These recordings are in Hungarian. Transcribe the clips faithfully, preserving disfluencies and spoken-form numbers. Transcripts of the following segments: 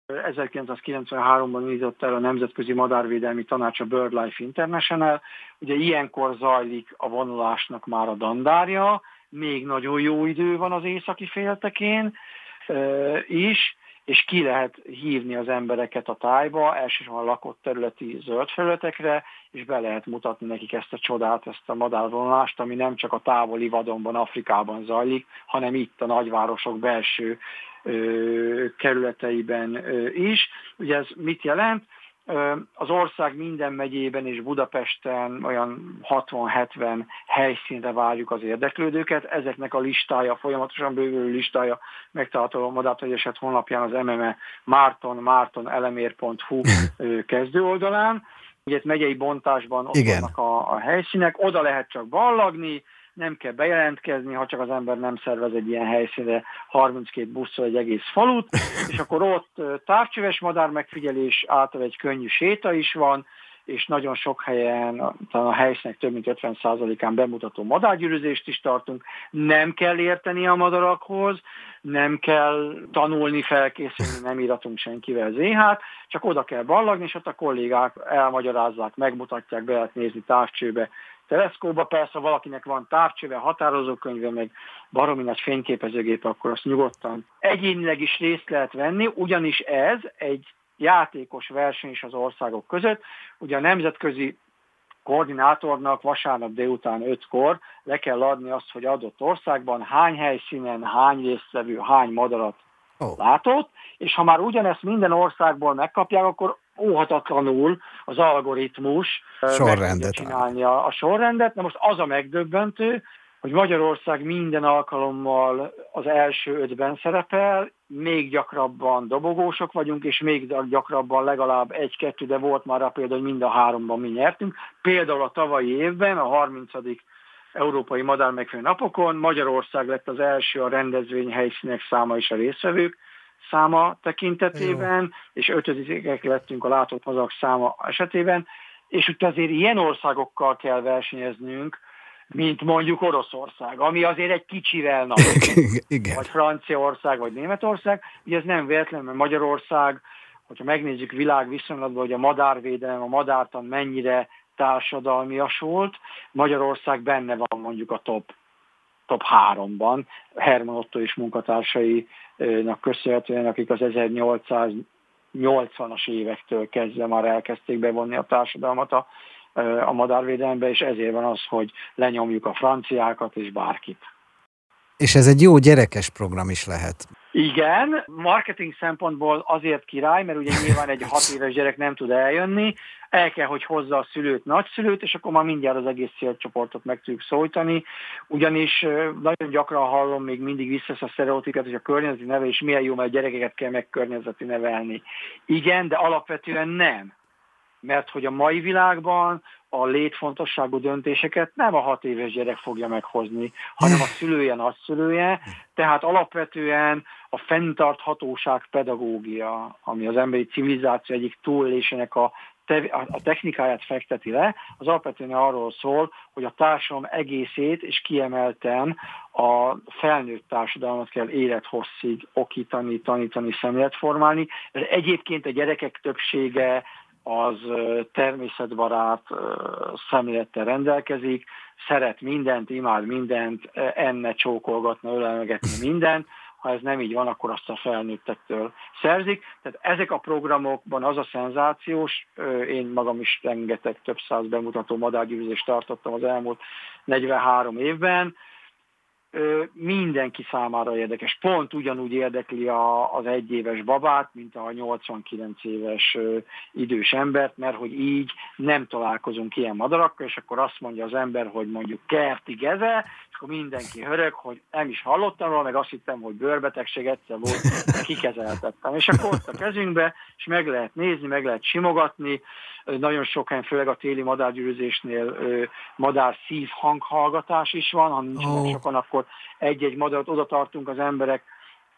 ezerkilencszázkilencvenháromban indított el a Nemzetközi Madárvédelmi Tanács, a BirdLife International. Ugye ilyenkor zajlik a vonulásnak már a dandárja, még nagyon jó idő van az északi féltekén is, és ki lehet hívni az embereket a tájba, elsősorban a lakott területi zöld felületekre, és be lehet mutatni nekik ezt a csodát, ezt a madárvonulást, ami nem csak a távoli vadonban, Afrikában zajlik, hanem itt a nagyvárosok belső ö, kerületeiben ö, is. Ugye ez mit jelent? Az ország minden megyében és Budapesten olyan hatvan-hetven helyszínre várjuk az érdeklődőket. Ezeknek a listája, folyamatosan bővülő listája megtalálható a Madártagyeset honlapján, az em em e Márton, márton elemér pont hu kezdőoldalán. Ugye itt megyei bontásban ott Igen. vannak a, a helyszínek, oda lehet csak ballagni, nem kell bejelentkezni, ha csak az ember nem szervez egy ilyen helyszínre harminckét busszal egy egész falut, és akkor ott távcsöves madár megfigyelés, által egy könnyű séta is van, és nagyon sok helyen, talán a helyszínek több mint ötven százalékán bemutató madárgyűrűzést is tartunk. Nem kell érteni a madarakhoz, nem kell tanulni, felkészülni, nem íratunk senkivel zéhát, csak oda kell ballagni, és ott a kollégák elmagyarázzák, megmutatják, be lehet nézni távcsőbe, teleszkóba. Persze, valakinek van távcsöve, határozókönyve, meg baromi nagy fényképezőgépe, akkor azt nyugodtan egyénileg is részt lehet venni, ugyanis ez egy játékos verseny is az országok között. Ugye a nemzetközi koordinátornak vasárnap délután ötkor le kell adni azt, hogy adott országban hány helyszínen, hány résztvevő, hány madarat oh. látott, és ha már ugyanezt minden országból megkapják, akkor óhatatlanul az algoritmus sorrendet csinálni a, a sorrendet. Na most az a megdöbbentő, hogy Magyarország minden alkalommal az első ötben szerepel, még gyakrabban dobogósok vagyunk, és még gyakrabban legalább egy-kettő, de volt már rá például, hogy mind a háromban mi nyertünk. Például a tavalyi évben, a harmincadik Európai Madármegfigyelő Napokon Magyarország lett az első a rendezvény helyszínek száma és a résztvevők száma tekintetében, jó. És ötödikek lettünk a látott madarak száma esetében, és itt azért ilyen országokkal kell versenyeznünk, mint mondjuk Oroszország, ami azért egy kicsivel nagy, Igen. vagy Franciaország, vagy Németország. Ugye ez nem véletlen, mert Magyarország, hogyha megnézzük világviszonylatban, hogy a madárvédelem, a madártan mennyire társadalmiasult, Magyarország benne van mondjuk a top, top háromban, Herman Otto és munkatársainak köszönhetően, akik az ezernyolcszáznyolcvanas évektől kezdve már elkezdték bevonni a társadalmat a a madárvédelembe, és ezért van az, hogy lenyomjuk a franciákat és bárkit. És ez egy jó gyerekes program is lehet. Igen, marketing szempontból azért király, mert ugye nyilván egy hat éves gyerek nem tud eljönni, el kell, hogy hozza a szülőt, nagyszülőt, és akkor már mindjárt az egész célcsoportot meg tudjuk szólítani, ugyanis nagyon gyakran hallom még mindig vissza a sztereotípiát, hogy a környezeti nevelés milyen jó, mert a gyerekeket kell megkörnyezeti nevelni. Igen, de alapvetően nem. Mert hogy a mai világban a létfontosságú döntéseket nem a hat éves gyerek fogja meghozni, hanem a szülője, nagyszülője. Tehát alapvetően a fenntarthatóság pedagógia, ami az emberi civilizáció egyik túlélésének a, te- a technikáját fekteti le, az alapvetően arról szól, hogy a társadalom egészét és kiemelten a felnőtt társadalmat kell élethosszig okítani, tanítani, szemléletformálni. Egyébként a gyerekek többsége az természetbarát szemlélettel rendelkezik, szeret mindent, imád mindent, enne, csókolgatna, ölelmegetni mindent. Ha ez nem így van, akkor azt a felnőttektől szerzik. Tehát ezek a programokban az a szenzációs, én magam is rengeteg több száz bemutató madárgyűrűzést tartottam az elmúlt negyvenhárom évben, mindenki számára érdekes. Pont ugyanúgy érdekli a, az egyéves babát, mint a nyolcvankilenc éves idős embert, mert hogy így nem találkozunk ilyen madarakkal, és akkor azt mondja az ember, hogy mondjuk kerti geze, és akkor mindenki hörög, hogy nem is hallottam róla, meg azt hittem, hogy bőrbetegség egyszer volt, kikezeltettem. És akkor ott a kezünkbe, és meg lehet nézni, meg lehet simogatni. Nagyon sok helyen, főleg a téli madárgyűrűzésnél madár szív hanghallgatás is van, ha nincsenek oh. sokan, akkor egy-egy madarat oda tartunk az emberek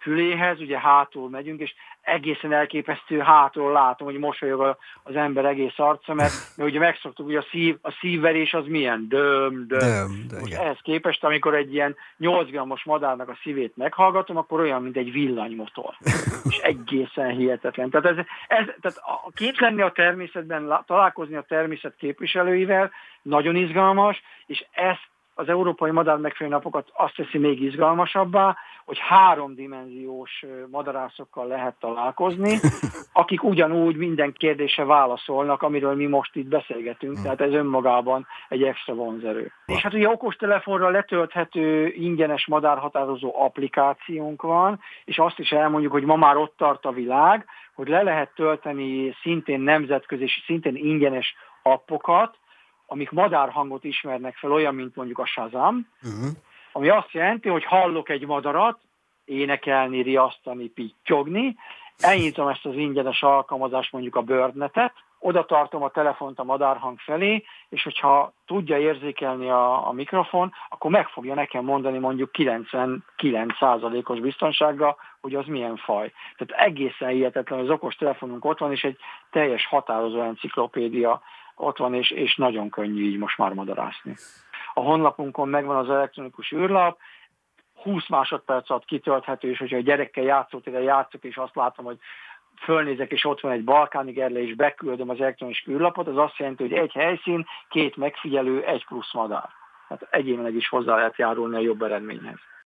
füléhez, ugye hátul megyünk, és egészen elképesztő, hátul látom, hogy mosolyog az ember egész arca, mert, mert ugye megszoktuk, hogy a, szív, a szívverés az milyen? Döm, döm. döm de Most ehhez képest, amikor egy ilyen nyolc grammos madárnak a szívét meghallgatom, akkor olyan, mint egy villanymotor. És egészen hihetetlen. Tehát, ez, ez, tehát a, kint lenni a természetben, találkozni a természet képviselőivel, nagyon izgalmas, és ezt az európai madármegfigyelő napokat azt teszi még izgalmasabbá, hogy háromdimenziós madarászokkal lehet találkozni, akik ugyanúgy minden kérdésre válaszolnak, amiről mi most itt beszélgetünk, tehát ez önmagában egy extra vonzerő. És hát ugye okostelefonra letölthető ingyenes madárhatározó applikációnk van, és azt is elmondjuk, hogy ma már ott tart a világ, hogy le lehet tölteni szintén nemzetközi és szintén ingyenes appokat, amik madárhangot ismernek fel, olyan, mint mondjuk a Shazam, uh-huh. ami azt jelenti, hogy hallok egy madarat, énekelni, riasztani, pittyogni, elnyitom ezt az ingyenes alkalmazást, mondjuk a BirdNet-et, oda tartom a telefont a madárhang felé, és hogyha tudja érzékelni a, a mikrofon, akkor meg fogja nekem mondani mondjuk kilencvenkilenc százalékos biztonsággal, hogy az milyen faj. Tehát egészen hihetetlen, az okos telefonunk ott van, és egy teljes határozó enciklopédia ott van, és, és nagyon könnyű így most már madarászni. A honlapunkon megvan az elektronikus űrlap, húsz másodperc alatt kitölthető, és hogyha a gyerekkel játszótére játszok, és azt látom, hogy fölnézek, és ott van egy balkáni gerle, és beküldöm az elektronikus űrlapot, az azt jelenti, hogy egy helyszín, két megfigyelő, egy plusz madár. Tehát egyénileg is hozzá lehet járulni a jobb eredményhez.